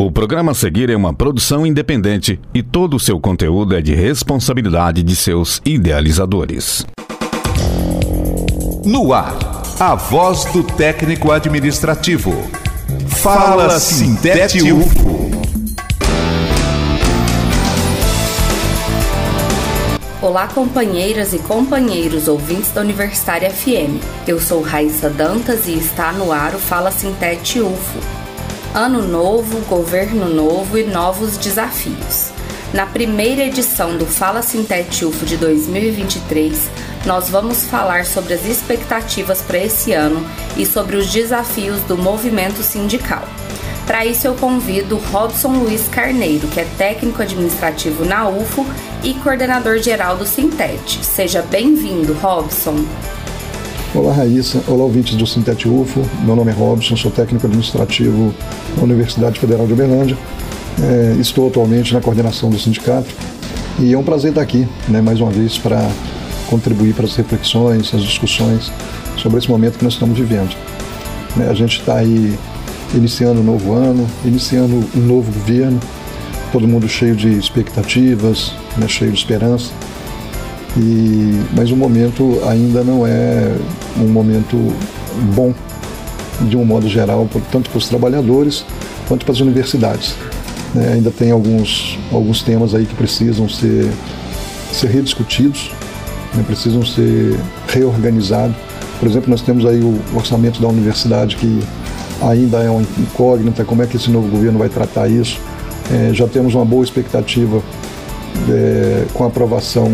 O programa a seguir é uma produção independente e todo o seu conteúdo é de responsabilidade de seus idealizadores. No ar, a voz do técnico administrativo. Fala Sintete UFO. Olá, companheiras e companheiros ouvintes da Universitária FM. Eu sou Raíssa Dantas e está no ar o Fala Sintete UFO. Ano novo, governo novo e novos desafios. Na primeira edição do Fala Sintete UFO de 2023, nós vamos falar sobre as expectativas para esse ano e sobre os desafios do movimento sindical. Para isso eu convido Robson Luiz Carneiro, que é técnico administrativo na UFO e coordenador geral do Sintete. Seja bem-vindo, Robson. Olá, Raíssa. Olá, ouvintes do Sintete UFO. Meu nome é Robson, sou técnico administrativo na Universidade Federal de Uberlândia. Estou atualmente na coordenação do sindicato e é um prazer estar aqui, mais uma vez, para contribuir para as reflexões, as discussões sobre esse momento que nós estamos vivendo. A gente está aí iniciando um novo ano, iniciando um novo governo, todo mundo cheio de expectativas, cheio de esperança. Mas o momento ainda não é um momento bom, de um modo geral, tanto para os trabalhadores quanto para as universidades. Ainda tem alguns temas aí que precisam ser rediscutidos, precisam ser reorganizados. Por exemplo, nós temos aí o orçamento da universidade que ainda é uma incógnita, como é que esse novo governo vai tratar isso. Já temos uma boa expectativa com a aprovação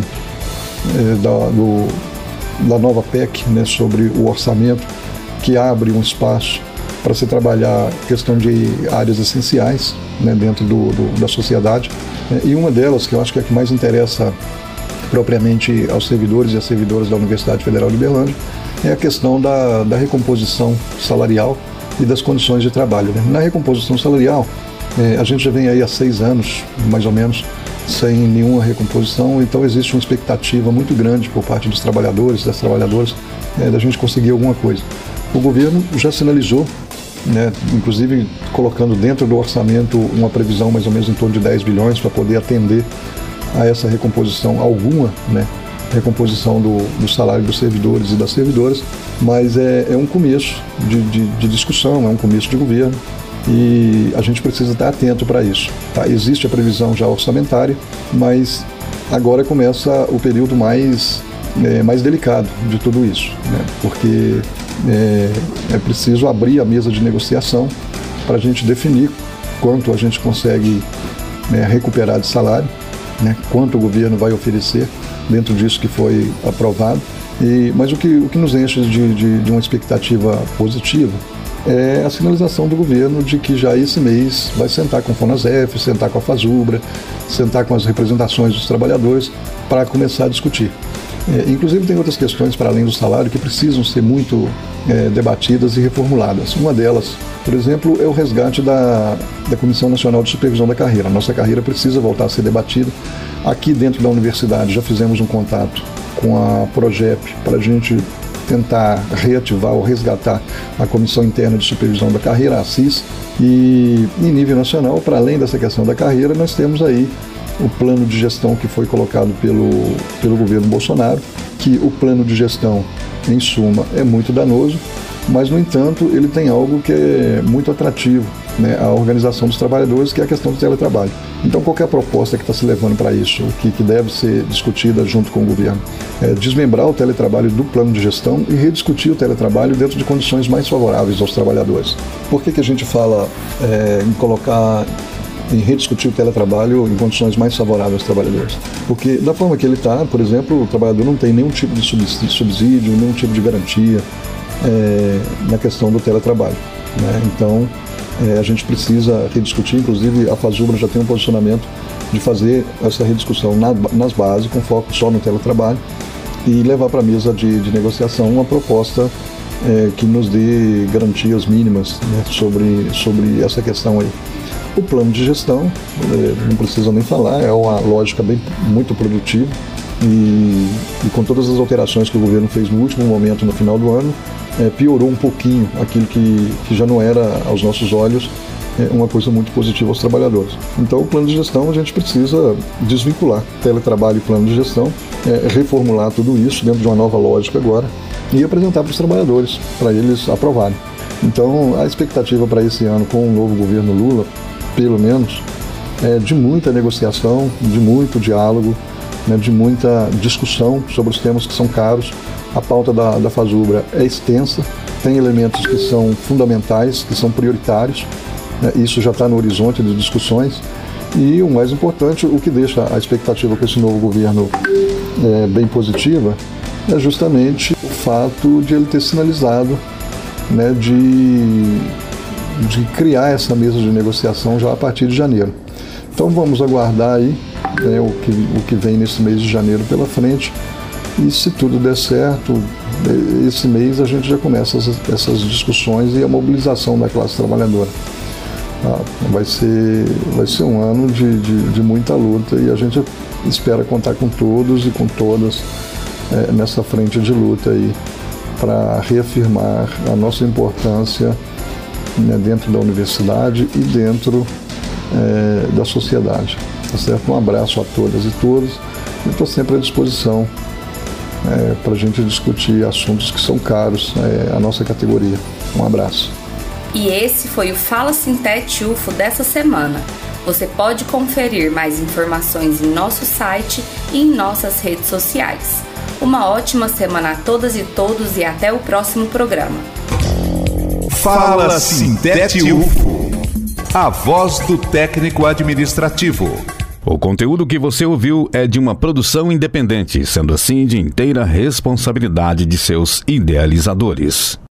da nova PEC, sobre o orçamento, que abre um espaço para se trabalhar a questão de áreas essenciais dentro da sociedade. E uma delas, que eu acho que é a que mais interessa propriamente aos servidores e às servidoras da Universidade Federal de Uberlândia, é a questão da recomposição salarial e das condições de trabalho. Na recomposição salarial, a gente já vem aí há 6 anos, mais ou menos, sem nenhuma recomposição, então existe uma expectativa muito grande por parte dos trabalhadores, das trabalhadoras, da gente conseguir alguma coisa. O governo já sinalizou, inclusive colocando dentro do orçamento uma previsão mais ou menos em torno de 10 bilhões para poder atender a essa recomposição, alguma recomposição do salário dos servidores e das servidoras, mas é um começo de discussão, é um começo de governo e a gente precisa estar atento para isso. Existe a previsão já orçamentária, mas agora começa o período mais delicado de tudo isso, porque é preciso abrir a mesa de negociação para a gente definir quanto a gente consegue recuperar de salário, quanto o governo vai oferecer dentro disso que foi aprovado. Mas o que nos enche de uma expectativa positiva é a sinalização do governo de que já esse mês vai sentar com o FONASEF, sentar com a FASUBRA, sentar com as representações dos trabalhadores para começar a discutir. Inclusive tem outras questões para além do salário que precisam ser muito debatidas e reformuladas. Uma delas, por exemplo, é o resgate da Comissão Nacional de Supervisão da Carreira. A nossa carreira precisa voltar a ser debatida. Aqui dentro da universidade já fizemos um contato com a PROGEP para a gente tentar reativar ou resgatar a Comissão Interna de Supervisão da Carreira, a CIS, e em nível nacional, para além dessa questão da carreira, nós temos aí o plano de gestão que foi colocado pelo governo Bolsonaro, que o plano de gestão, em suma, é muito danoso, mas, no entanto, ele tem algo que é muito atrativo, a organização dos trabalhadores, que é a questão do teletrabalho. Então, qualquer proposta que está se levando para isso, que deve ser discutida junto com o governo, é desmembrar o teletrabalho do plano de gestão e rediscutir o teletrabalho dentro de condições mais favoráveis aos trabalhadores. Por que a gente fala em rediscutir o teletrabalho em condições mais favoráveis aos trabalhadores? Porque, da forma que ele está, por exemplo, o trabalhador não tem nenhum tipo de subsídio, nenhum tipo de garantia na questão do teletrabalho. Então, a gente precisa rediscutir, inclusive a FASUBRA já tem um posicionamento de fazer essa rediscussão nas bases, com foco só no teletrabalho, e levar para a mesa de negociação uma proposta que nos dê garantias mínimas sobre essa questão aí. O plano de gestão, não precisa nem falar, é uma lógica muito produtiva e com todas as alterações que o governo fez no último momento, no final do ano, piorou um pouquinho aquilo que já não era, aos nossos olhos, uma coisa muito positiva aos trabalhadores. Então, o plano de gestão a gente precisa desvincular teletrabalho e plano de gestão, reformular tudo isso dentro de uma nova lógica agora e apresentar para os trabalhadores, para eles aprovarem. Então, a expectativa para esse ano com o novo governo Lula, pelo menos, é de muita negociação, de muito diálogo, né, de muita discussão sobre os temas que são caros. A pauta da FASUBRA é extensa, tem elementos que são fundamentais, que são prioritários, né, isso já está no horizonte de discussões. E o mais importante, o que deixa a expectativa com esse novo governo bem positiva, é justamente o fato de ele ter sinalizado, né, de criar essa mesa de negociação já a partir de janeiro. Então vamos aguardar aí o que vem nesse mês de janeiro pela frente, e se tudo der certo, esse mês a gente já começa essas discussões e a mobilização da classe trabalhadora. Vai ser um ano de muita luta, e a gente espera contar com todos e com todas nessa frente de luta aí, para reafirmar a nossa importância, né, dentro da universidade e dentro da sociedade. Tá certo? Um abraço a todas e todos. Eu estou sempre à disposição para a gente discutir assuntos que são caros à nossa categoria. Um abraço. E esse foi o Fala Sintete UFO dessa semana. Você pode conferir mais informações em nosso site e em nossas redes sociais. Uma ótima semana a todas e todos, e até o próximo programa. Fala Sintete UFO, a voz do técnico administrativo. O conteúdo que você ouviu é de uma produção independente, sendo assim de inteira responsabilidade de seus idealizadores.